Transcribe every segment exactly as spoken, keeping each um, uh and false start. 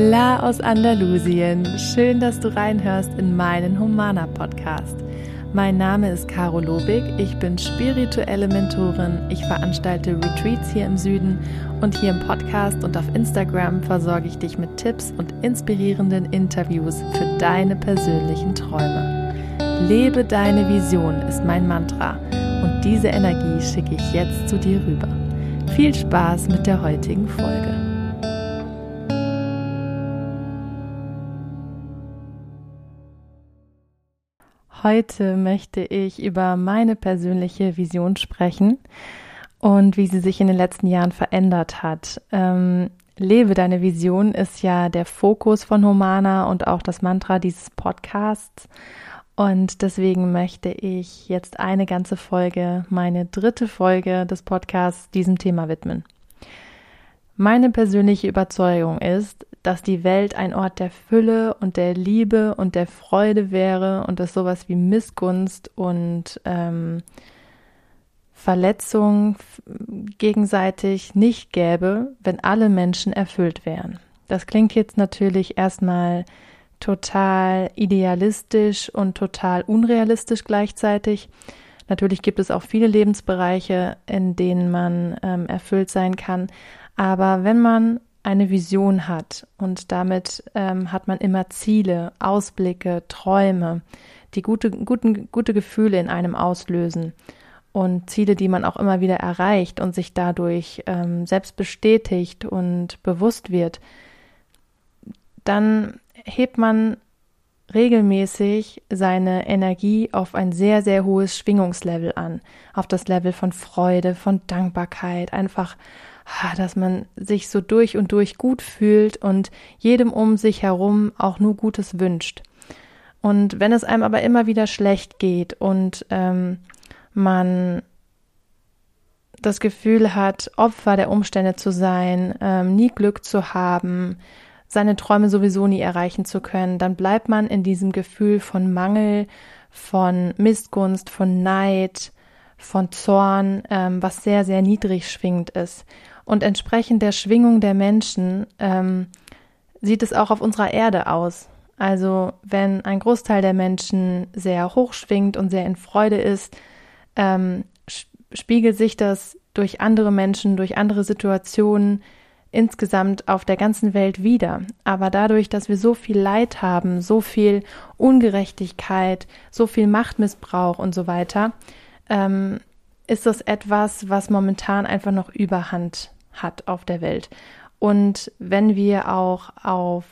Hola aus Andalusien. Schön, dass du reinhörst in meinen Humana Podcast. Mein Name ist Caro Lobig, ich bin spirituelle Mentorin, ich veranstalte Retreats hier im Süden und hier im Podcast und auf Instagram versorge ich dich mit Tipps und inspirierenden Interviews für deine persönlichen Träume. Lebe deine Vision ist mein Mantra und diese Energie schicke ich jetzt zu dir rüber. Viel Spaß mit der heutigen Folge. Heute möchte ich über meine persönliche Vision sprechen und wie sie sich in den letzten Jahren verändert hat. Ähm, Lebe deine Vision ist ja der Fokus von Humana und auch das Mantra dieses Podcasts. Und deswegen möchte ich jetzt eine ganze Folge, meine dritte Folge des Podcasts, diesem Thema widmen. Meine persönliche Überzeugung ist, dass die Welt ein Ort der Fülle und der Liebe und der Freude wäre und es sowas wie Missgunst und ähm, Verletzung gegenseitig nicht gäbe, wenn alle Menschen erfüllt wären. Das klingt jetzt natürlich erstmal total idealistisch und total unrealistisch gleichzeitig. Natürlich gibt es auch viele Lebensbereiche, in denen man ähm, erfüllt sein kann, aber wenn man eine Vision hat und damit ähm, hat man immer Ziele, Ausblicke, Träume, die gute, guten, gute Gefühle in einem auslösen und Ziele, die man auch immer wieder erreicht und sich dadurch ähm, selbst bestätigt und bewusst wird, dann hebt man regelmäßig seine Energie auf ein sehr, sehr hohes Schwingungslevel an, auf das Level von Freude, von Dankbarkeit, einfach dass man sich so durch und durch gut fühlt und jedem um sich herum auch nur Gutes wünscht. Und wenn es einem aber immer wieder schlecht geht und ähm, man das Gefühl hat, Opfer der Umstände zu sein, ähm, nie Glück zu haben, seine Träume sowieso nie erreichen zu können, dann bleibt man in diesem Gefühl von Mangel, von Missgunst, von Neid, von Zorn, ähm, was sehr, sehr niedrig schwingend ist. Und entsprechend der Schwingung der Menschen ähm, sieht es auch auf unserer Erde aus. Also wenn ein Großteil der Menschen sehr hoch schwingt und sehr in Freude ist, ähm, spiegelt sich das durch andere Menschen, durch andere Situationen insgesamt auf der ganzen Welt wider. Aber dadurch, dass wir so viel Leid haben, so viel Ungerechtigkeit, so viel Machtmissbrauch und so weiter, ähm, ist das etwas, was momentan einfach noch Überhand hat auf der Welt. Und wenn wir auch auf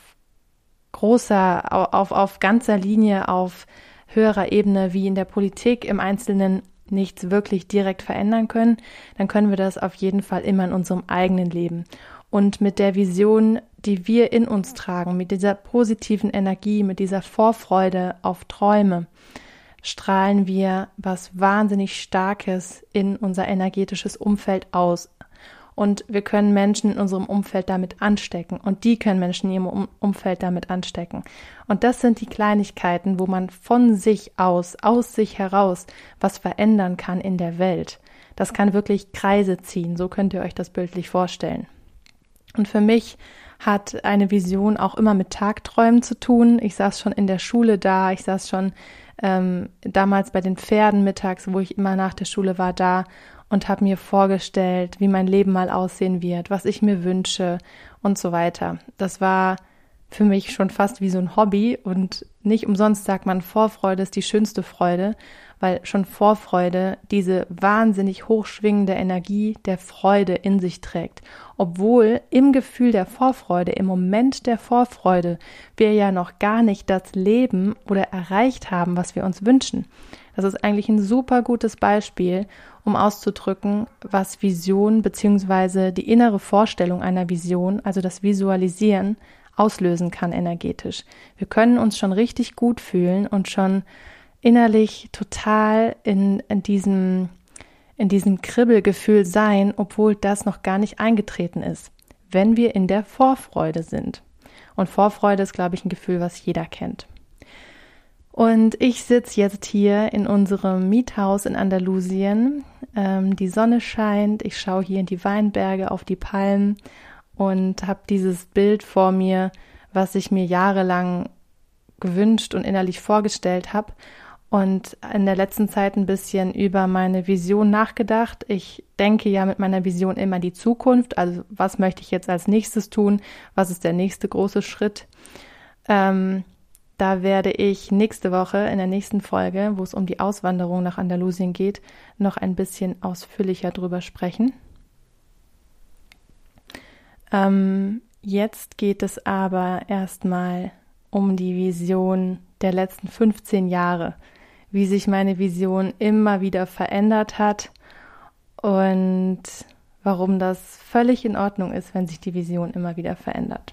großer, auf, auf ganzer Linie, auf höherer Ebene wie in der Politik im Einzelnen nichts wirklich direkt verändern können, dann können wir das auf jeden Fall immer in unserem eigenen Leben. Und mit der Vision, die wir in uns tragen, mit dieser positiven Energie, mit dieser Vorfreude auf Träume, strahlen wir was wahnsinnig Starkes in unser energetisches Umfeld aus. Und wir können Menschen in unserem Umfeld damit anstecken. Und die können Menschen in ihrem Umfeld damit anstecken. Und das sind die Kleinigkeiten, wo man von sich aus, aus sich heraus, was verändern kann in der Welt. Das kann wirklich Kreise ziehen. So könnt ihr euch das bildlich vorstellen. Und für mich hat eine Vision auch immer mit Tagträumen zu tun. Ich saß schon in der Schule da, ich saß schon ähm, damals bei den Pferden mittags, wo ich immer nach der Schule war, da und habe mir vorgestellt, wie mein Leben mal aussehen wird, was ich mir wünsche und so weiter. Das war für mich schon fast wie so ein Hobby und nicht umsonst sagt man, Vorfreude ist die schönste Freude, weil schon Vorfreude diese wahnsinnig hochschwingende Energie der Freude in sich trägt. Obwohl im Gefühl der Vorfreude, im Moment der Vorfreude, wir ja noch gar nicht das Leben oder erreicht haben, was wir uns wünschen. Das ist eigentlich ein super gutes Beispiel, um auszudrücken, was Vision bzw. die innere Vorstellung einer Vision, also das Visualisieren, auslösen kann energetisch. Wir können uns schon richtig gut fühlen und schon innerlich total in, in diesem, in diesem Kribbelgefühl sein, obwohl das noch gar nicht eingetreten ist, wenn wir in der Vorfreude sind. Und Vorfreude ist, glaube ich, ein Gefühl, was jeder kennt. Und ich sitze jetzt hier in unserem Miethaus in Andalusien. Ähm, die Sonne scheint, ich schaue hier in die Weinberge auf die Palmen und habe dieses Bild vor mir, was ich mir jahrelang gewünscht und innerlich vorgestellt habe. Und in der letzten Zeit ein bisschen über meine Vision nachgedacht. Ich denke ja mit meiner Vision immer die Zukunft. Also was möchte ich jetzt als nächstes tun? Was ist der nächste große Schritt? Ähm, da werde ich nächste Woche in der nächsten Folge, wo es um die Auswanderung nach Andalusien geht, noch ein bisschen ausführlicher drüber sprechen. Ähm, jetzt geht es aber erstmal um die Vision der letzten fünfzehn Jahre. Wie sich meine Vision immer wieder verändert hat und warum das völlig in Ordnung ist, wenn sich die Vision immer wieder verändert.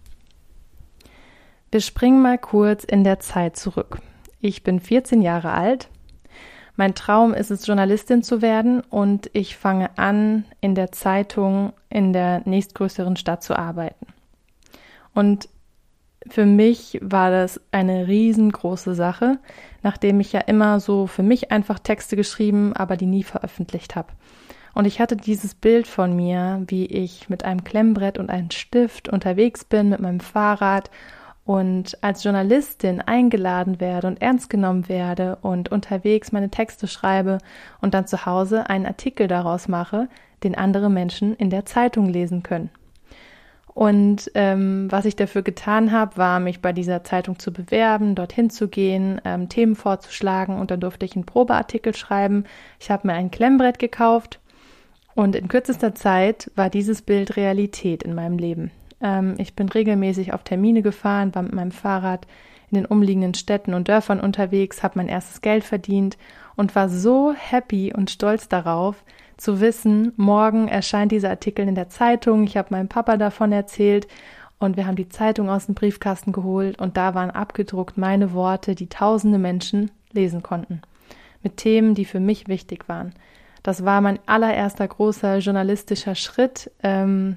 Wir springen mal kurz in der Zeit zurück. Ich bin vierzehn Jahre alt. Mein Traum ist es, Journalistin zu werden und ich fange an, in der Zeitung in der nächstgrößeren Stadt zu arbeiten. Und für mich war das eine riesengroße Sache, nachdem ich ja immer so für mich einfach Texte geschrieben, aber die nie veröffentlicht habe. Und ich hatte dieses Bild von mir, wie ich mit einem Klemmbrett und einem Stift unterwegs bin, mit meinem Fahrrad und als Journalistin eingeladen werde und ernst genommen werde und unterwegs meine Texte schreibe und dann zu Hause einen Artikel daraus mache, den andere Menschen in der Zeitung lesen können. Und ähm, was ich dafür getan habe, war, mich bei dieser Zeitung zu bewerben, dorthin zu gehen, ähm, Themen vorzuschlagen und dann durfte ich einen Probeartikel schreiben. Ich habe mir ein Klemmbrett gekauft und in kürzester Zeit war dieses Bild Realität in meinem Leben. Ähm, ich bin regelmäßig auf Termine gefahren, war mit meinem Fahrrad in den umliegenden Städten und Dörfern unterwegs, habe mein erstes Geld verdient und war so happy und stolz darauf, zu wissen, morgen erscheint dieser Artikel in der Zeitung. Ich habe meinem Papa davon erzählt und wir haben die Zeitung aus dem Briefkasten geholt und da waren abgedruckt meine Worte, die tausende Menschen lesen konnten, mit Themen, die für mich wichtig waren. Das war mein allererster großer journalistischer Schritt, ähm,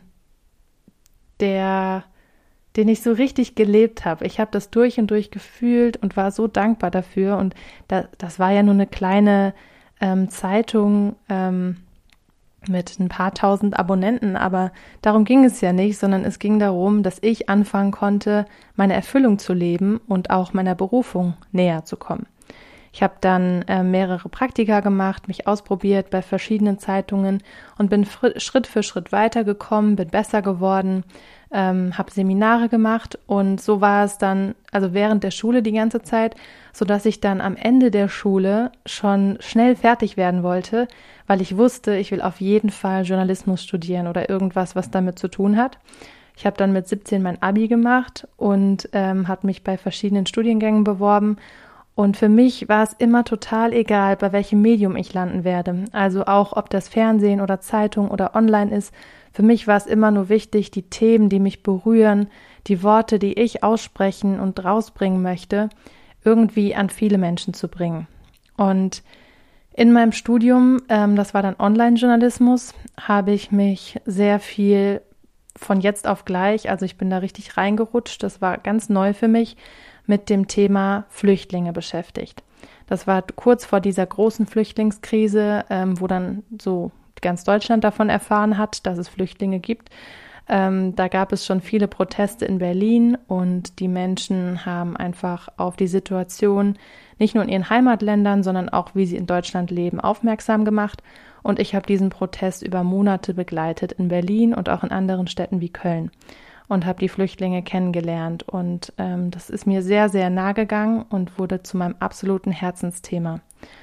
der, den ich so richtig gelebt habe. Ich habe das durch und durch gefühlt und war so dankbar dafür und da, das war ja nur eine kleine ähm, Zeitung, ähm, mit ein paar tausend Abonnenten, aber darum ging es ja nicht, sondern es ging darum, dass ich anfangen konnte, meine Erfüllung zu leben und auch meiner Berufung näher zu kommen. Ich habe dann äh, mehrere Praktika gemacht, mich ausprobiert bei verschiedenen Zeitungen und bin fr- Schritt für Schritt weitergekommen, bin besser geworden, ähm, habe Seminare gemacht und so war es dann, also während der Schule die ganze Zeit, sodass ich dann am Ende der Schule schon schnell fertig werden wollte, weil ich wusste, ich will auf jeden Fall Journalismus studieren oder irgendwas, was damit zu tun hat. Ich habe dann mit siebzehn mein Abi gemacht und ähm, habe mich bei verschiedenen Studiengängen beworben. Und für mich war es immer total egal, bei welchem Medium ich landen werde. Also auch, ob das Fernsehen oder Zeitung oder online ist. Für mich war es immer nur wichtig, die Themen, die mich berühren, die Worte, die ich aussprechen und rausbringen möchte, irgendwie an viele Menschen zu bringen. Und in meinem Studium, ähm, das war dann Online-Journalismus, habe ich mich sehr viel von jetzt auf gleich, also ich bin da richtig reingerutscht, das war ganz neu für mich, mit dem Thema Flüchtlinge beschäftigt. Das war kurz vor dieser großen Flüchtlingskrise, ähm, wo dann so ganz Deutschland davon erfahren hat, dass es Flüchtlinge gibt. Ähm, da gab es schon viele Proteste in Berlin und die Menschen haben einfach auf die Situation nicht nur in ihren Heimatländern, sondern auch, wie sie in Deutschland leben, aufmerksam gemacht. Und ich habe diesen Protest über Monate begleitet in Berlin und auch in anderen Städten wie Köln und habe die Flüchtlinge kennengelernt. Und ähm, das ist mir sehr, sehr nahe gegangen und wurde zu meinem absoluten Herzensthema.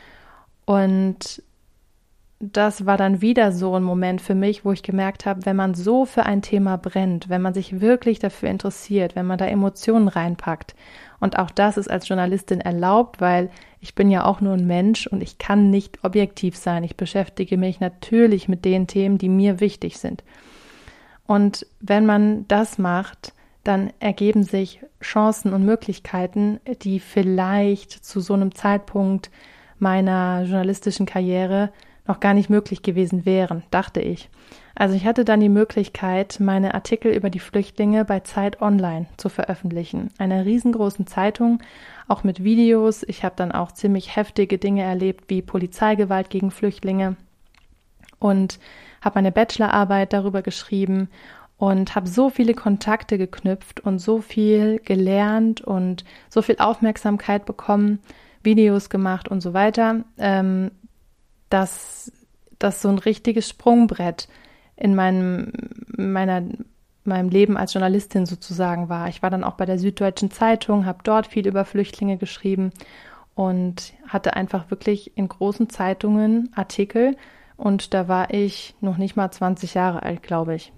Und das war dann wieder so ein Moment für mich, wo ich gemerkt habe, wenn man so für ein Thema brennt, wenn man sich wirklich dafür interessiert, wenn man da Emotionen reinpackt, und auch das ist als Journalistin erlaubt, weil ich bin ja auch nur ein Mensch und ich kann nicht objektiv sein. Ich beschäftige mich natürlich mit den Themen, die mir wichtig sind. Und wenn man das macht, dann ergeben sich Chancen und Möglichkeiten, die vielleicht zu so einem Zeitpunkt meiner journalistischen Karriere noch gar nicht möglich gewesen wären, dachte ich. Also ich hatte dann die Möglichkeit, meine Artikel über die Flüchtlinge bei Zeit Online zu veröffentlichen. Einer riesengroßen Zeitung, auch mit Videos. Ich habe dann auch ziemlich heftige Dinge erlebt, wie Polizeigewalt gegen Flüchtlinge und habe meine Bachelorarbeit darüber geschrieben und habe so viele Kontakte geknüpft und so viel gelernt und so viel Aufmerksamkeit bekommen, Videos gemacht und so weiter, ähm, dass das so ein richtiges Sprungbrett in meinem, meiner, meinem Leben als Journalistin sozusagen war. Ich war dann auch bei der Süddeutschen Zeitung, habe dort viel über Flüchtlinge geschrieben und hatte einfach wirklich in großen Zeitungen Artikel, und da war ich noch nicht mal zwanzig Jahre alt, glaube ich.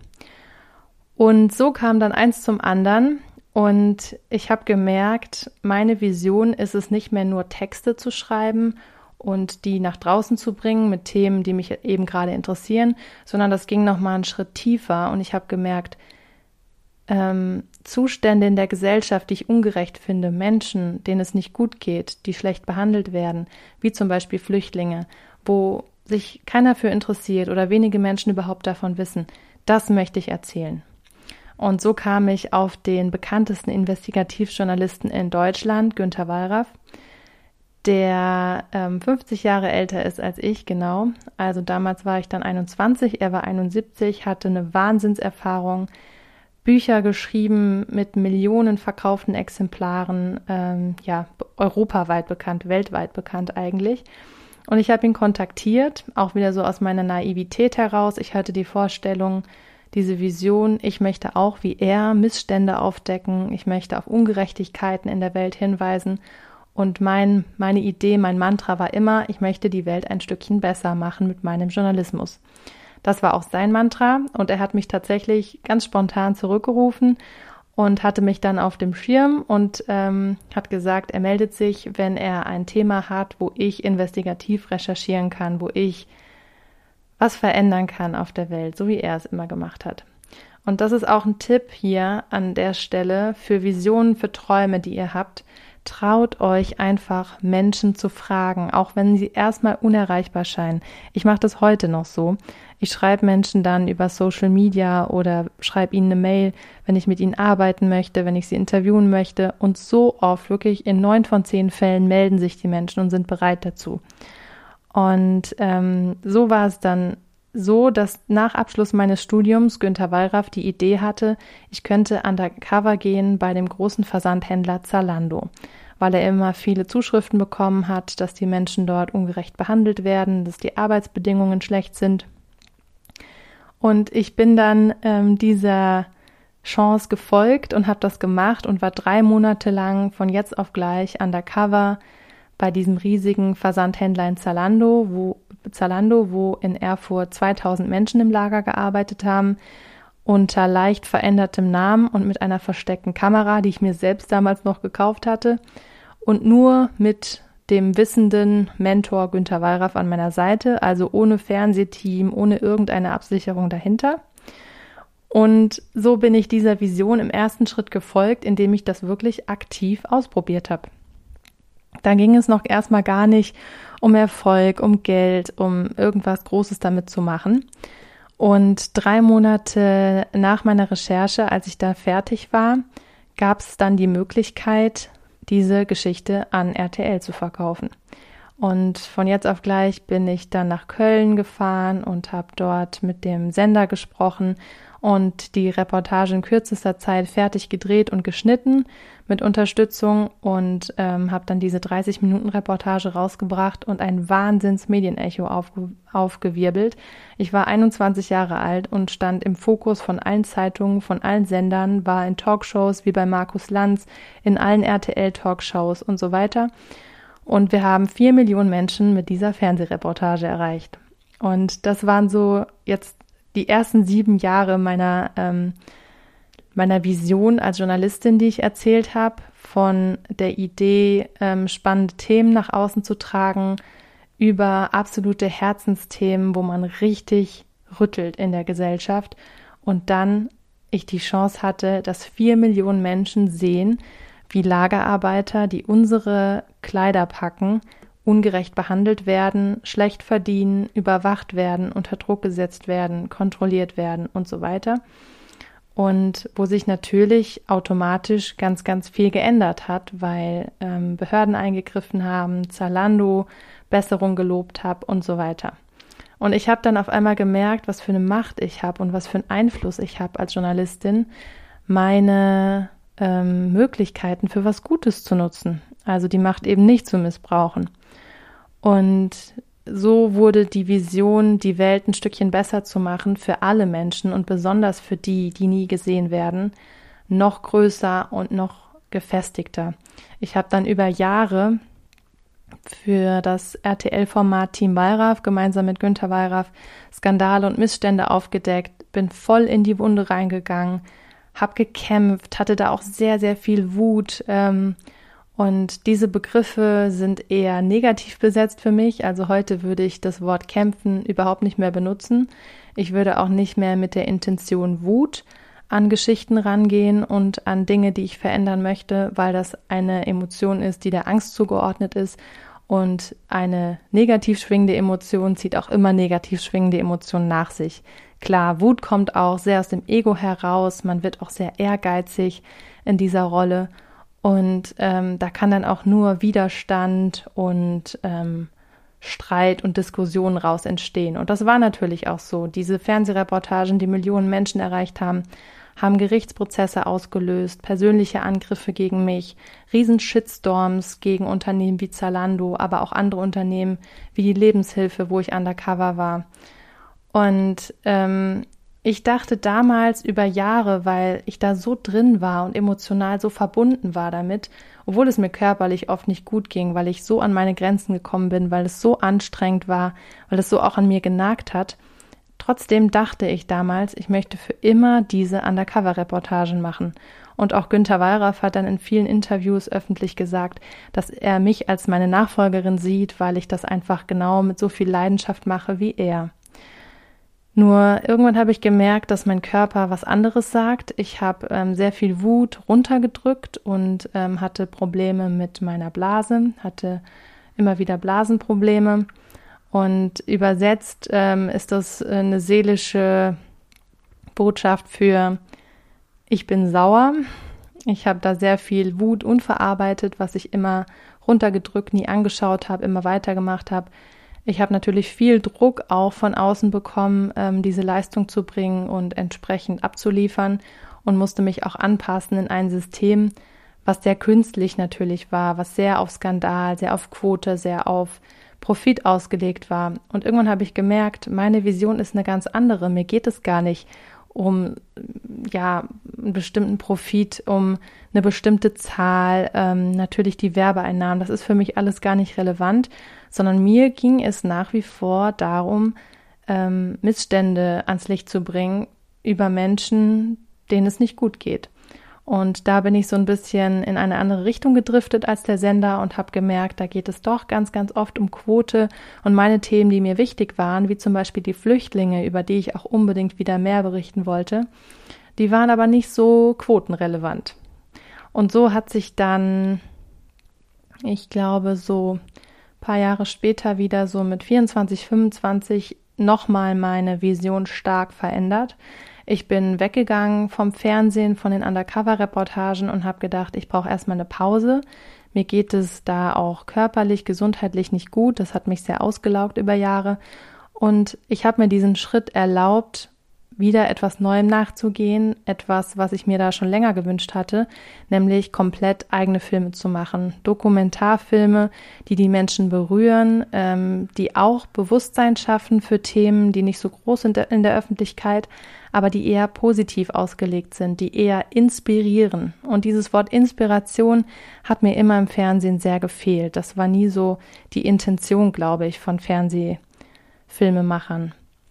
Und so kam dann eins zum anderen und ich habe gemerkt, meine Vision ist es nicht mehr nur Texte zu schreiben und die nach draußen zu bringen mit Themen, die mich eben gerade interessieren, sondern das ging nochmal einen Schritt tiefer und ich habe gemerkt, ähm, Zustände in der Gesellschaft, die ich ungerecht finde, Menschen, denen es nicht gut geht, die schlecht behandelt werden, wie zum Beispiel Flüchtlinge, wo sich keiner für interessiert oder wenige Menschen überhaupt davon wissen, das möchte ich erzählen. Und so kam ich auf den bekanntesten Investigativjournalisten in Deutschland, Günter Wallraff, der ähm, fünfzig Jahre älter ist als ich, genau. Also damals war ich dann einundzwanzig, er war einundsiebzig, hatte eine Wahnsinnserfahrung, Bücher geschrieben mit Millionen verkauften Exemplaren, ähm, ja, europaweit bekannt, weltweit bekannt eigentlich. Und ich habe ihn kontaktiert, auch wieder so aus meiner Naivität heraus. Ich hatte die Vorstellung, diese Vision, ich möchte auch wie er Missstände aufdecken, ich möchte auf Ungerechtigkeiten in der Welt hinweisen und mein, meine Idee, mein Mantra war immer, ich möchte die Welt ein Stückchen besser machen mit meinem Journalismus. Das war auch sein Mantra und er hat mich tatsächlich ganz spontan zurückgerufen und hatte mich dann auf dem Schirm und ähm, hat gesagt, er meldet sich, wenn er ein Thema hat, wo ich investigativ recherchieren kann, wo ich was verändern kann auf der Welt, so wie er es immer gemacht hat. Und das ist auch ein Tipp hier an der Stelle für Visionen, für Träume, die ihr habt. Traut euch einfach, Menschen zu fragen, auch wenn sie erstmal unerreichbar scheinen. Ich mache das heute noch so. Ich schreibe Menschen dann über Social Media oder schreibe ihnen eine Mail, wenn ich mit ihnen arbeiten möchte, wenn ich sie interviewen möchte. Und so oft, wirklich in neun von zehn Fällen melden sich die Menschen und sind bereit dazu. Und ähm, so war es dann so, dass nach Abschluss meines Studiums Günter Wallraff die Idee hatte, ich könnte undercover gehen bei dem großen Versandhändler Zalando, weil er immer viele Zuschriften bekommen hat, dass die Menschen dort ungerecht behandelt werden, dass die Arbeitsbedingungen schlecht sind. Und ich bin dann ähm, dieser Chance gefolgt und habe das gemacht und war drei Monate lang von jetzt auf gleich undercover bei diesem riesigen Versandhändler in Zalando, wo Zalando, wo in Erfurt zweitausend Menschen im Lager gearbeitet haben, unter leicht verändertem Namen und mit einer versteckten Kamera, die ich mir selbst damals noch gekauft hatte und nur mit dem wissenden Mentor Günter Wallraff an meiner Seite, also ohne Fernsehteam, ohne irgendeine Absicherung dahinter. Und so bin ich dieser Vision im ersten Schritt gefolgt, indem ich das wirklich aktiv ausprobiert habe. Da ging es noch erstmal gar nicht um Erfolg, um Geld, um irgendwas Großes damit zu machen. Und drei Monate nach meiner Recherche, als ich da fertig war, gab es dann die Möglichkeit, diese Geschichte an R T L zu verkaufen. Und von jetzt auf gleich bin ich dann nach Köln gefahren und habe dort mit dem Sender gesprochen und die Reportage in kürzester Zeit fertig gedreht und geschnitten mit Unterstützung und ähm, habe dann diese dreißig Minuten Reportage rausgebracht und ein Wahnsinns-Medienecho aufge- aufgewirbelt. Ich war einundzwanzig Jahre alt und stand im Fokus von allen Zeitungen, von allen Sendern, war in Talkshows wie bei Markus Lanz, in allen R T L-Talkshows und so weiter. Und wir haben vier Millionen Menschen mit dieser Fernsehreportage erreicht. Und das waren so jetzt die ersten sieben Jahre meiner, ähm, meiner Vision als Journalistin, die ich erzählt habe, von der Idee, ähm, spannende Themen nach außen zu tragen, über absolute Herzensthemen, wo man richtig rüttelt in der Gesellschaft. Und dann ich die Chance hatte, dass vier Millionen Menschen sehen, wie Lagerarbeiter, die unsere Kleider packen, ungerecht behandelt werden, schlecht verdienen, überwacht werden, unter Druck gesetzt werden, kontrolliert werden und so weiter. Und wo sich natürlich automatisch ganz, ganz viel geändert hat, weil ähm, Behörden eingegriffen haben, Zalando Besserung gelobt hat und so weiter. Und ich habe dann auf einmal gemerkt, was für eine Macht ich habe und was für einen Einfluss ich habe als Journalistin, meine ähm, Möglichkeiten für was Gutes zu nutzen. Also die Macht eben nicht zu missbrauchen. Und so wurde die Vision, die Welt ein Stückchen besser zu machen für alle Menschen und besonders für die, die nie gesehen werden, noch größer und noch gefestigter. Ich habe dann über Jahre für das R T L-Format Team Wallraff gemeinsam mit Günter Wallraff Skandale und Missstände aufgedeckt, bin voll in die Wunde reingegangen, habe gekämpft, hatte da auch sehr, sehr viel Wut, ähm, und diese Begriffe sind eher negativ besetzt für mich. Also heute würde ich das Wort kämpfen überhaupt nicht mehr benutzen. Ich würde auch nicht mehr mit der Intention Wut an Geschichten rangehen und an Dinge, die ich verändern möchte, weil das eine Emotion ist, die der Angst zugeordnet ist. Und eine negativ schwingende Emotion zieht auch immer negativ schwingende Emotionen nach sich. Klar, Wut kommt auch sehr aus dem Ego heraus. Man wird auch sehr ehrgeizig in dieser Rolle. Und ähm, da kann dann auch nur Widerstand und ähm, Streit und Diskussion raus entstehen. Und das war natürlich auch so. Diese Fernsehreportagen, die Millionen Menschen erreicht haben, haben Gerichtsprozesse ausgelöst, persönliche Angriffe gegen mich, riesen Shitstorms gegen Unternehmen wie Zalando, aber auch andere Unternehmen wie die Lebenshilfe, wo ich undercover war. Und ähm, ich dachte damals über Jahre, weil ich da so drin war und emotional so verbunden war damit, obwohl es mir körperlich oft nicht gut ging, weil ich so an meine Grenzen gekommen bin, weil es so anstrengend war, weil es so auch an mir genagt hat. Trotzdem dachte ich damals, ich möchte für immer diese Undercover-Reportagen machen. Und auch Günter Wallraff hat dann in vielen Interviews öffentlich gesagt, dass er mich als meine Nachfolgerin sieht, weil ich das einfach genau mit so viel Leidenschaft mache wie er. Nur irgendwann habe ich gemerkt, dass mein Körper was anderes sagt. Ich habe ähm, sehr viel Wut runtergedrückt und ähm, hatte Probleme mit meiner Blase, hatte immer wieder Blasenprobleme. Und übersetzt ähm, ist das eine seelische Botschaft für ich bin sauer. Ich habe da sehr viel Wut unverarbeitet, was ich immer runtergedrückt, nie angeschaut habe, immer weitergemacht habe. Ich habe natürlich viel Druck auch von außen bekommen, ähm, diese Leistung zu bringen und entsprechend abzuliefern und musste mich auch anpassen in ein System, was sehr künstlich natürlich war, was sehr auf Skandal, sehr auf Quote, sehr auf Profit ausgelegt war. Und irgendwann habe ich gemerkt, meine Vision ist eine ganz andere. Mir geht es gar nicht um ja einen bestimmten Profit, um eine bestimmte Zahl, ähm, natürlich die Werbeeinnahmen. Das ist für mich alles gar nicht relevant, sondern mir ging es nach wie vor darum, ähm, Missstände ans Licht zu bringen über Menschen, denen es nicht gut geht. Und da bin ich so ein bisschen in eine andere Richtung gedriftet als der Sender und habe gemerkt, da geht es doch ganz, ganz oft um Quote und meine Themen, die mir wichtig waren, wie zum Beispiel die Flüchtlinge, über die ich auch unbedingt wieder mehr berichten wollte, die waren aber nicht so quotenrelevant. Und so hat sich dann, ich glaube, so ein paar Jahre später wieder so mit vierundzwanzig, fünfundzwanzig nochmal meine Vision stark verändert. Ich bin weggegangen vom Fernsehen, von den Undercover-Reportagen und habe gedacht, ich brauche erstmal eine Pause. Mir geht es da auch körperlich, gesundheitlich nicht gut. Das hat mich sehr ausgelaugt über Jahre. Und ich habe mir diesen Schritt erlaubt, wieder etwas Neuem nachzugehen, etwas, was ich mir da schon länger gewünscht hatte, nämlich komplett eigene Filme zu machen. Dokumentarfilme, die die Menschen berühren, ähm, die auch Bewusstsein schaffen für Themen, die nicht so groß sind in der Öffentlichkeit, aber die eher positiv ausgelegt sind, die eher inspirieren. Und dieses Wort Inspiration hat mir immer im Fernsehen sehr gefehlt. Das war nie so die Intention, glaube ich, von Fernsehfilmemachern.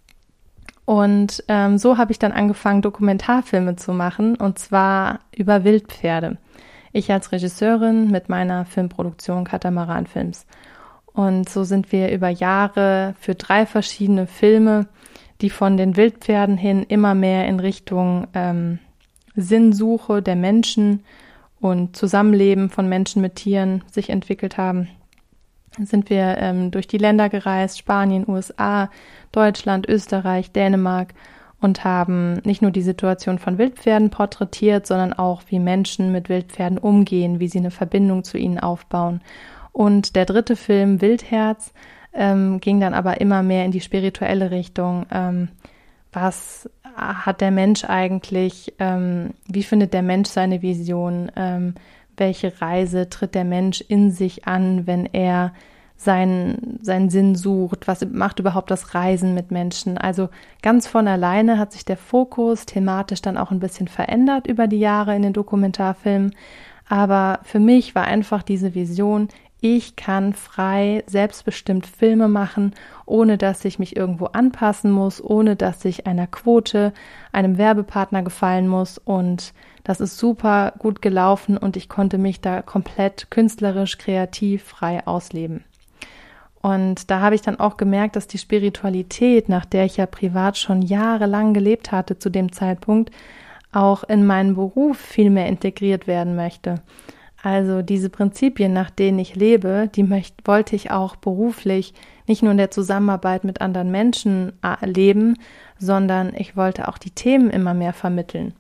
Und ähm, so habe ich dann angefangen, Dokumentarfilme zu machen, und zwar über Wildpferde. Ich als Regisseurin mit meiner Filmproduktion Katamaran Films. Und so sind wir über Jahre für drei verschiedene Filme, die von den Wildpferden hin immer mehr in Richtung ähm, Sinnsuche der Menschen und Zusammenleben von Menschen mit Tieren sich entwickelt haben, sind wir ähm, durch die Länder gereist, Spanien, U S A, Deutschland, Österreich, Dänemark, und haben nicht nur die Situation von Wildpferden porträtiert, sondern auch, wie Menschen mit Wildpferden umgehen, wie sie eine Verbindung zu ihnen aufbauen. Und der dritte Film, Wildherz, ähm, ging dann aber immer mehr in die spirituelle Richtung. Ähm, was hat der Mensch eigentlich, ähm, wie findet der Mensch seine Vision, ähm, welche Reise tritt der Mensch in sich an, wenn er seinen, seinen Sinn sucht, was macht überhaupt das Reisen mit Menschen. Also ganz von alleine hat sich der Fokus thematisch dann auch ein bisschen verändert über die Jahre in den Dokumentarfilmen, aber für mich war einfach diese Vision, ich kann frei, selbstbestimmt Filme machen, ohne dass ich mich irgendwo anpassen muss, ohne dass ich einer Quote, einem Werbepartner gefallen muss. Und das ist super gut gelaufen und ich konnte mich da komplett künstlerisch, kreativ, frei ausleben. Und da habe ich dann auch gemerkt, dass die Spiritualität, nach der ich ja privat schon jahrelang gelebt hatte zu dem Zeitpunkt, auch in meinen Beruf viel mehr integriert werden möchte. Also diese Prinzipien, nach denen ich lebe, die möchte, wollte ich auch beruflich nicht nur in der Zusammenarbeit mit anderen Menschen leben, sondern ich wollte auch die Themen immer mehr vermitteln.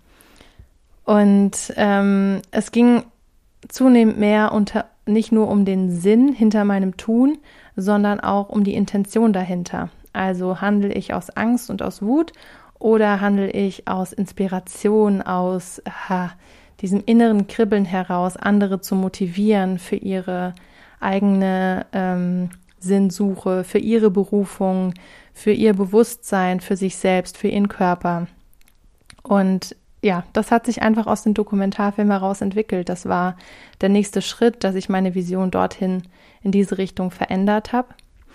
Und ähm, es ging zunehmend mehr unter, nicht nur um den Sinn hinter meinem Tun, sondern auch um die Intention dahinter. Also handle ich aus Angst und aus Wut oder handle ich aus Inspiration, aus ha, diesem inneren Kribbeln heraus, andere zu motivieren für ihre eigene ähm, Sinnsuche, für ihre Berufung, für ihr Bewusstsein, für sich selbst, für ihren Körper. Und ja, das hat sich einfach aus dem Dokumentarfilm heraus entwickelt. Das war der nächste Schritt, dass ich meine Vision dorthin in diese Richtung verändert habe.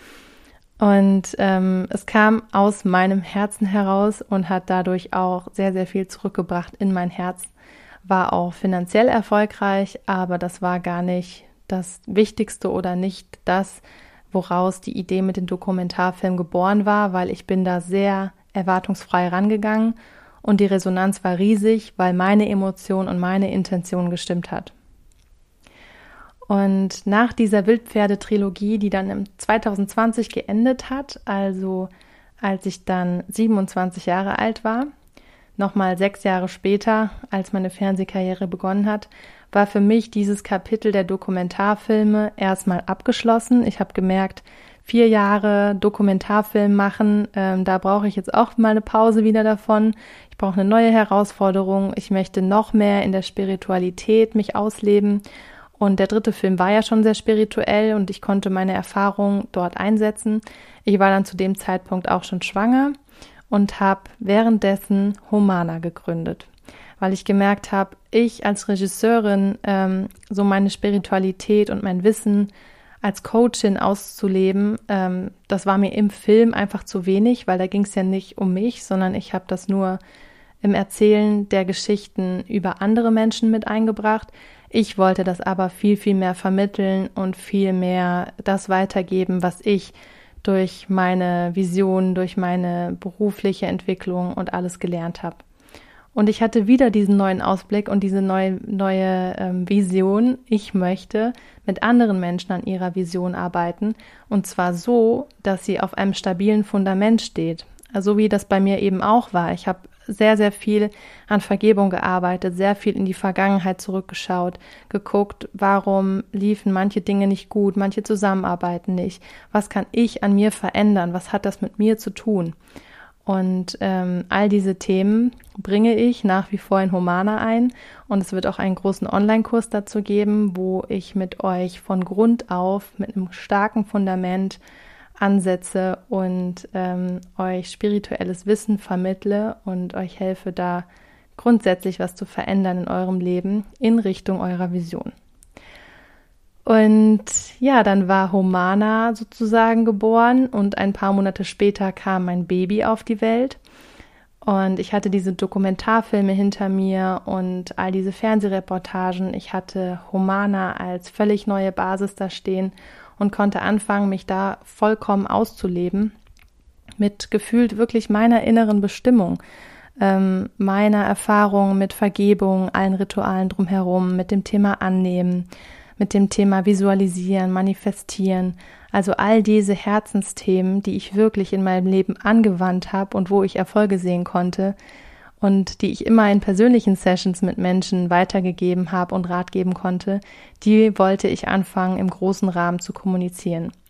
Und ähm, es kam aus meinem Herzen heraus und hat dadurch auch sehr, sehr viel zurückgebracht in mein Herz. War auch finanziell erfolgreich, aber das war gar nicht das Wichtigste oder nicht das, woraus die Idee mit dem Dokumentarfilm geboren war, weil ich bin da sehr erwartungsfrei rangegangen und die Resonanz war riesig, weil meine Emotion und meine Intention gestimmt hat. Und nach dieser Wildpferde-Trilogie, die dann im zwanzig zwanzig geendet hat, also als ich dann siebenundzwanzig Jahre alt war, nochmal sechs Jahre später, als meine Fernsehkarriere begonnen hat, war für mich dieses Kapitel der Dokumentarfilme erstmal abgeschlossen. Ich habe gemerkt, vier Jahre Dokumentarfilm machen, ähm, da brauche ich jetzt auch mal eine Pause wieder davon. Ich brauche eine neue Herausforderung. Ich möchte noch mehr in der Spiritualität mich ausleben. Und der dritte Film war ja schon sehr spirituell und ich konnte meine Erfahrung dort einsetzen. Ich war dann zu dem Zeitpunkt auch schon schwanger und habe währenddessen Homana gegründet, weil ich gemerkt habe, ich als Regisseurin ähm, so meine Spiritualität und mein Wissen als Coachin auszuleben, ähm, das war mir im Film einfach zu wenig, weil da ging es ja nicht um mich, sondern ich habe das nur im Erzählen der Geschichten über andere Menschen mit eingebracht. Ich wollte das aber viel, viel mehr vermitteln und viel mehr das weitergeben, was ich durch meine Vision, durch meine berufliche Entwicklung und alles gelernt habe. Und ich hatte wieder diesen neuen Ausblick und diese neue, neue ähm, Vision. Ich möchte mit anderen Menschen an ihrer Vision arbeiten und zwar so, dass sie auf einem stabilen Fundament steht. Also wie das bei mir eben auch war. Ich habe sehr, sehr viel an Vergebung gearbeitet, sehr viel in die Vergangenheit zurückgeschaut, geguckt, warum liefen manche Dinge nicht gut, manche Zusammenarbeiten nicht, was kann ich an mir verändern, was hat das mit mir zu tun? Und ähm, all diese Themen bringe ich nach wie vor in Homana ein und es wird auch einen großen Online-Kurs dazu geben, wo ich mit euch von Grund auf mit einem starken Fundament ansetze und ähm, euch spirituelles Wissen vermittle und euch helfe, da grundsätzlich was zu verändern in eurem Leben in Richtung eurer Vision. Und ja, dann war Homana sozusagen geboren und ein paar Monate später kam mein Baby auf die Welt. Und ich hatte diese Dokumentarfilme hinter mir und all diese Fernsehreportagen. Ich hatte Homana als völlig neue Basis da stehen und konnte anfangen, mich da vollkommen auszuleben, mit gefühlt wirklich meiner inneren Bestimmung, ähm, meiner Erfahrung mit Vergebung, allen Ritualen drumherum, mit dem Thema Annehmen, mit dem Thema Visualisieren, Manifestieren, also all diese Herzensthemen, die ich wirklich in meinem Leben angewandt habe und wo ich Erfolge sehen konnte und die ich immer in persönlichen Sessions mit Menschen weitergegeben habe und Rat geben konnte, die wollte ich anfangen, im großen Rahmen zu kommunizieren.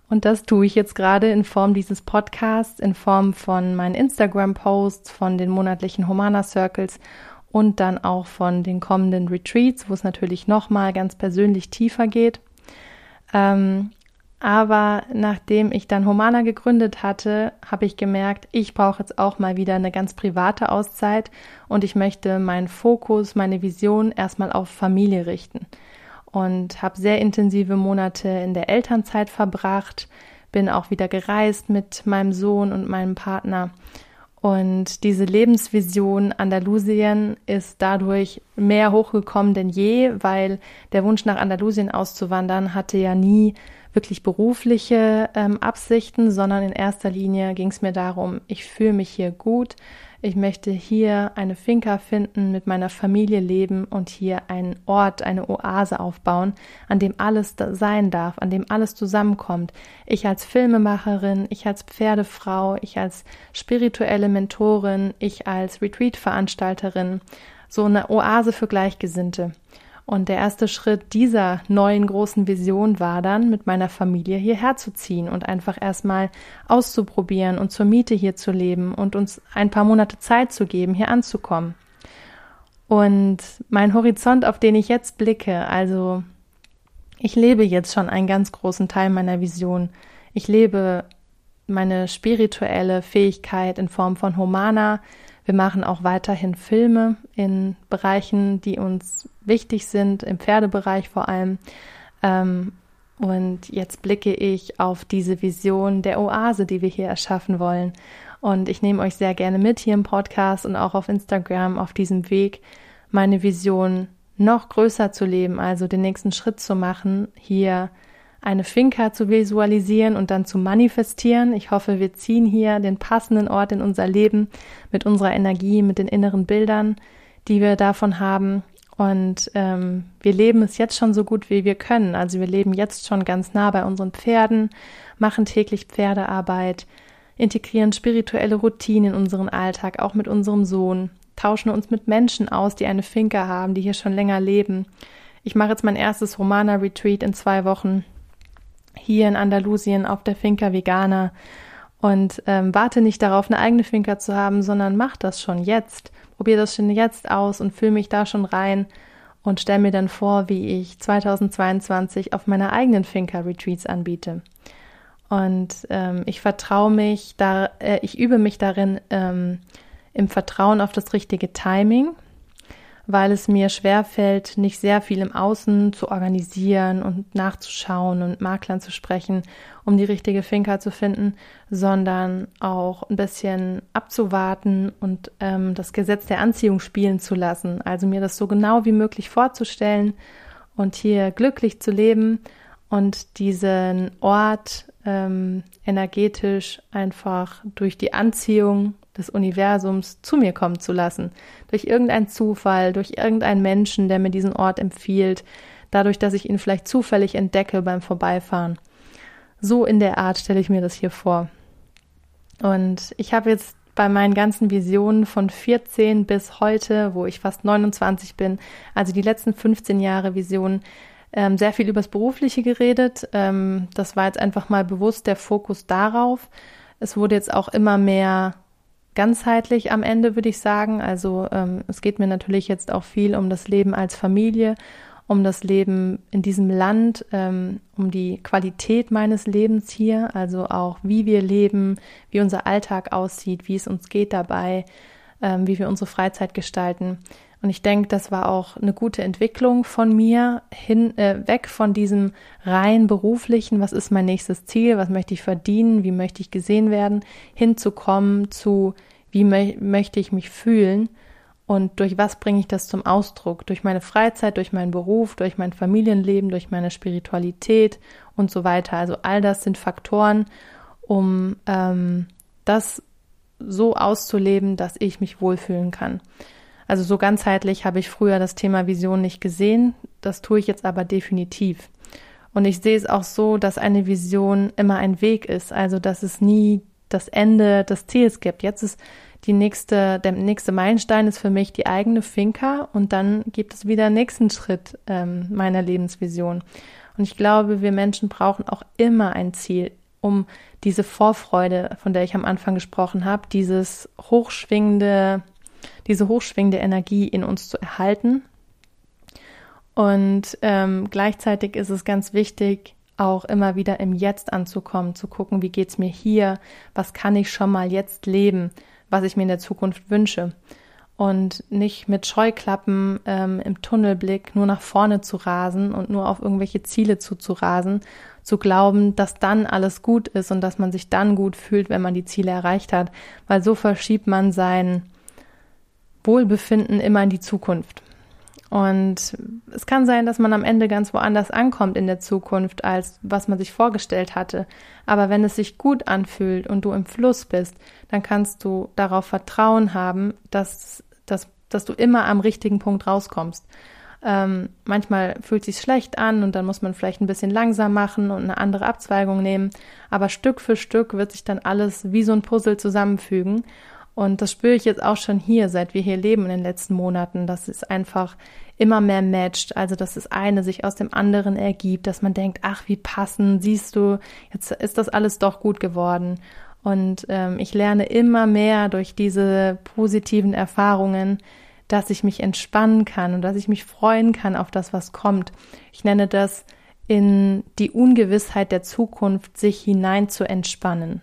Und das tue ich jetzt gerade in Form dieses Podcasts, in Form von meinen Instagram-Posts, von den monatlichen Humana Circles und dann auch von den kommenden Retreats, wo es natürlich nochmal ganz persönlich tiefer geht. Ähm, aber nachdem ich dann Humana gegründet hatte, habe ich gemerkt, ich brauche jetzt auch mal wieder eine ganz private Auszeit und ich möchte meinen Fokus, meine Vision erstmal auf Familie richten. Und habe sehr intensive Monate in der Elternzeit verbracht, bin auch wieder gereist mit meinem Sohn und meinem Partner. Und diese Lebensvision Andalusien ist dadurch mehr hochgekommen denn je, weil der Wunsch nach Andalusien auszuwandern hatte ja nie wirklich berufliche ähm, Absichten, sondern in erster Linie ging es mir darum, ich fühle mich hier gut, ich möchte hier eine Finca finden, mit meiner Familie leben und hier einen Ort, eine Oase aufbauen, an dem alles sein darf, an dem alles zusammenkommt. Ich als Filmemacherin, ich als Pferdefrau, ich als spirituelle Mentorin, ich als Retreat-Veranstalterin, so eine Oase für Gleichgesinnte. Und der erste Schritt dieser neuen großen Vision war dann, mit meiner Familie hierher zu ziehen und einfach erstmal auszuprobieren und zur Miete hier zu leben und uns ein paar Monate Zeit zu geben, hier anzukommen. Und mein Horizont, auf den ich jetzt blicke, also ich lebe jetzt schon einen ganz großen Teil meiner Vision. Ich lebe meine spirituelle Fähigkeit in Form von Humana. Wir machen auch weiterhin Filme in Bereichen, die uns wichtig sind, im Pferdebereich vor allem. Und jetzt blicke ich auf diese Vision der Oase, die wir hier erschaffen wollen. Und ich nehme euch sehr gerne mit hier im Podcast und auch auf Instagram auf diesem Weg, meine Vision noch größer zu leben, also den nächsten Schritt zu machen, hier eine Finca zu visualisieren und dann zu manifestieren. Ich hoffe, wir ziehen hier den passenden Ort in unser Leben mit unserer Energie, mit den inneren Bildern, die wir davon haben. Und ähm, wir leben es jetzt schon so gut, wie wir können. Also wir leben jetzt schon ganz nah bei unseren Pferden, machen täglich Pferdearbeit, integrieren spirituelle Routinen in unseren Alltag, auch mit unserem Sohn, tauschen uns mit Menschen aus, die eine Finca haben, die hier schon länger leben. Ich mache jetzt mein erstes Humana-Retreat in zwei Wochen hier in Andalusien auf der Finca Vegana und ähm, warte nicht darauf, eine eigene Finca zu haben, sondern mach das schon jetzt. Probier das schon jetzt aus und fühl mich da schon rein und stell mir dann vor, wie ich zweitausendzweiundzwanzig auf meiner eigenen Finca Retreats anbiete. Und ähm, ich vertraue mich, da, äh, ich übe mich darin ähm, im Vertrauen auf das richtige Timing, weil es mir schwerfällt, nicht sehr viel im Außen zu organisieren und nachzuschauen und Maklern zu sprechen, um die richtige Finca zu finden, sondern auch ein bisschen abzuwarten und ähm, das Gesetz der Anziehung spielen zu lassen. Also mir das so genau wie möglich vorzustellen und hier glücklich zu leben und diesen Ort ähm, energetisch einfach durch die Anziehung des Universums zu mir kommen zu lassen. Durch irgendeinen Zufall, durch irgendeinen Menschen, der mir diesen Ort empfiehlt, dadurch, dass ich ihn vielleicht zufällig entdecke beim Vorbeifahren. So in der Art stelle ich mir das hier vor. Und ich habe jetzt bei meinen ganzen Visionen von vierzehn bis heute, wo ich fast neunundzwanzig bin, also die letzten fünfzehn Jahre Visionen, ähm, sehr viel übers Berufliche geredet. Ähm, das war jetzt einfach mal bewusst der Fokus darauf. Es wurde jetzt auch immer mehr ganzheitlich am Ende, würde ich sagen. Also ähm, es geht mir natürlich jetzt auch viel um das Leben als Familie, um das Leben in diesem Land, ähm, um die Qualität meines Lebens hier, also auch wie wir leben, wie unser Alltag aussieht, wie es uns geht dabei, ähm, wie wir unsere Freizeit gestalten. Und ich denke, das war auch eine gute Entwicklung von mir, hin äh, weg von diesem rein beruflichen, was ist mein nächstes Ziel, was möchte ich verdienen, wie möchte ich gesehen werden, hinzukommen zu, wie mö- möchte ich mich fühlen und durch was bringe ich das zum Ausdruck, durch meine Freizeit, durch meinen Beruf, durch mein Familienleben, durch meine Spiritualität und so weiter. Also all das sind Faktoren, um ähm, das so auszuleben, dass ich mich wohlfühlen kann. Also so ganzheitlich habe ich früher das Thema Vision nicht gesehen, das tue ich jetzt aber definitiv. Und ich sehe es auch so, dass eine Vision immer ein Weg ist, also dass es nie das Ende des Ziels gibt. Jetzt ist die nächste, der nächste Meilenstein ist für mich die eigene Finca und dann gibt es wieder einen nächsten Schritt ähm, meiner Lebensvision. Und ich glaube, wir Menschen brauchen auch immer ein Ziel, um diese Vorfreude, von der ich am Anfang gesprochen habe, dieses hochschwingende, diese hochschwingende Energie in uns zu erhalten. Und ähm, gleichzeitig ist es ganz wichtig, auch immer wieder im Jetzt anzukommen, zu gucken, wie geht's mir hier, was kann ich schon mal jetzt leben, was ich mir in der Zukunft wünsche. Und nicht mit Scheuklappen ähm, im Tunnelblick nur nach vorne zu rasen und nur auf irgendwelche Ziele zuzurasen, zu glauben, dass dann alles gut ist und dass man sich dann gut fühlt, wenn man die Ziele erreicht hat, weil so verschiebt man sein Wohlbefinden immer in die Zukunft. Und es kann sein, dass man am Ende ganz woanders ankommt in der Zukunft, als was man sich vorgestellt hatte. Aber wenn es sich gut anfühlt und du im Fluss bist, dann kannst du darauf Vertrauen haben, dass, dass, dass du immer am richtigen Punkt rauskommst. Ähm, manchmal fühlt es sich schlecht an und dann muss man vielleicht ein bisschen langsam machen und eine andere Abzweigung nehmen. Aber Stück für Stück wird sich dann alles wie so ein Puzzle zusammenfügen. Und das spüre ich jetzt auch schon hier, seit wir hier leben in den letzten Monaten, dass es einfach immer mehr matcht, also dass das eine sich aus dem anderen ergibt, dass man denkt, ach, wie passend, siehst du, jetzt ist das alles doch gut geworden. Und ähm, ich lerne immer mehr durch diese positiven Erfahrungen, dass ich mich entspannen kann und dass ich mich freuen kann auf das, was kommt. Ich nenne das, in die Ungewissheit der Zukunft sich hinein zu entspannen.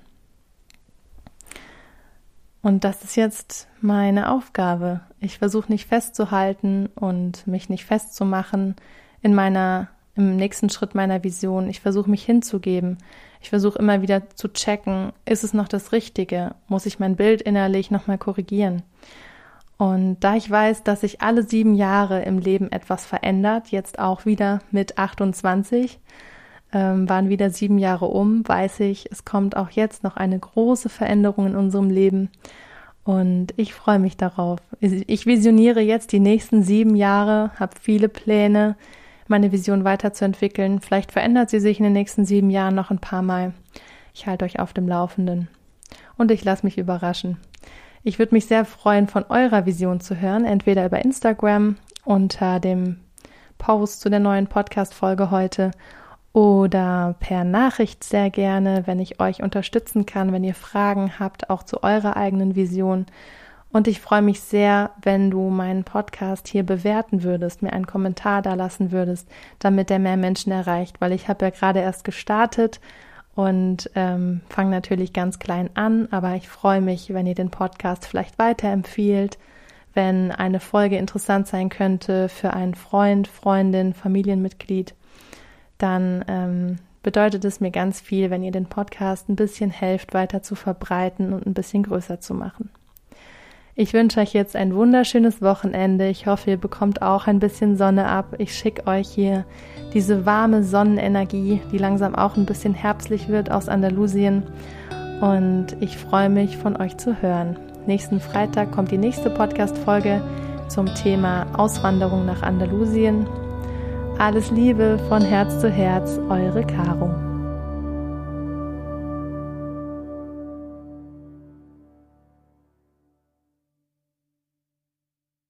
Und das ist jetzt meine Aufgabe. Ich versuche nicht festzuhalten und mich nicht festzumachen in meiner, im nächsten Schritt meiner Vision. Ich versuche mich hinzugeben. Ich versuche immer wieder zu checken, ist es noch das Richtige? Muss ich mein Bild innerlich nochmal korrigieren? Und da ich weiß, dass sich alle sieben Jahre im Leben etwas verändert, jetzt auch wieder mit achtundzwanzig, Ähm, waren wieder sieben Jahre um, weiß ich, es kommt auch jetzt noch eine große Veränderung in unserem Leben und ich freue mich darauf. Ich visioniere jetzt die nächsten sieben Jahre, habe viele Pläne, meine Vision weiterzuentwickeln. Vielleicht verändert sie sich in den nächsten sieben Jahren noch ein paar Mal. Ich halte euch auf dem Laufenden und ich lasse mich überraschen. Ich würde mich sehr freuen, von eurer Vision zu hören, entweder über Instagram unter dem Post zu der neuen Podcast-Folge heute oder per Nachricht sehr gerne, wenn ich euch unterstützen kann, wenn ihr Fragen habt, auch zu eurer eigenen Vision. Und ich freue mich sehr, wenn du meinen Podcast hier bewerten würdest, mir einen Kommentar da lassen würdest, damit er mehr Menschen erreicht, weil ich habe ja gerade erst gestartet und ähm, fange natürlich ganz klein an, aber ich freue mich, wenn ihr den Podcast vielleicht weiterempfiehlt, wenn eine Folge interessant sein könnte für einen Freund, Freundin, Familienmitglied. Dann ähm, bedeutet es mir ganz viel, wenn ihr den Podcast ein bisschen helft, weiter zu verbreiten und ein bisschen größer zu machen. Ich wünsche euch jetzt ein wunderschönes Wochenende. Ich hoffe, ihr bekommt auch ein bisschen Sonne ab. Ich schicke euch hier diese warme Sonnenenergie, die langsam auch ein bisschen herbstlich wird aus Andalusien. Und ich freue mich, von euch zu hören. Nächsten Freitag kommt die nächste Podcast-Folge zum Thema Auswanderung nach Andalusien. Alles Liebe von Herz zu Herz, eure Caro.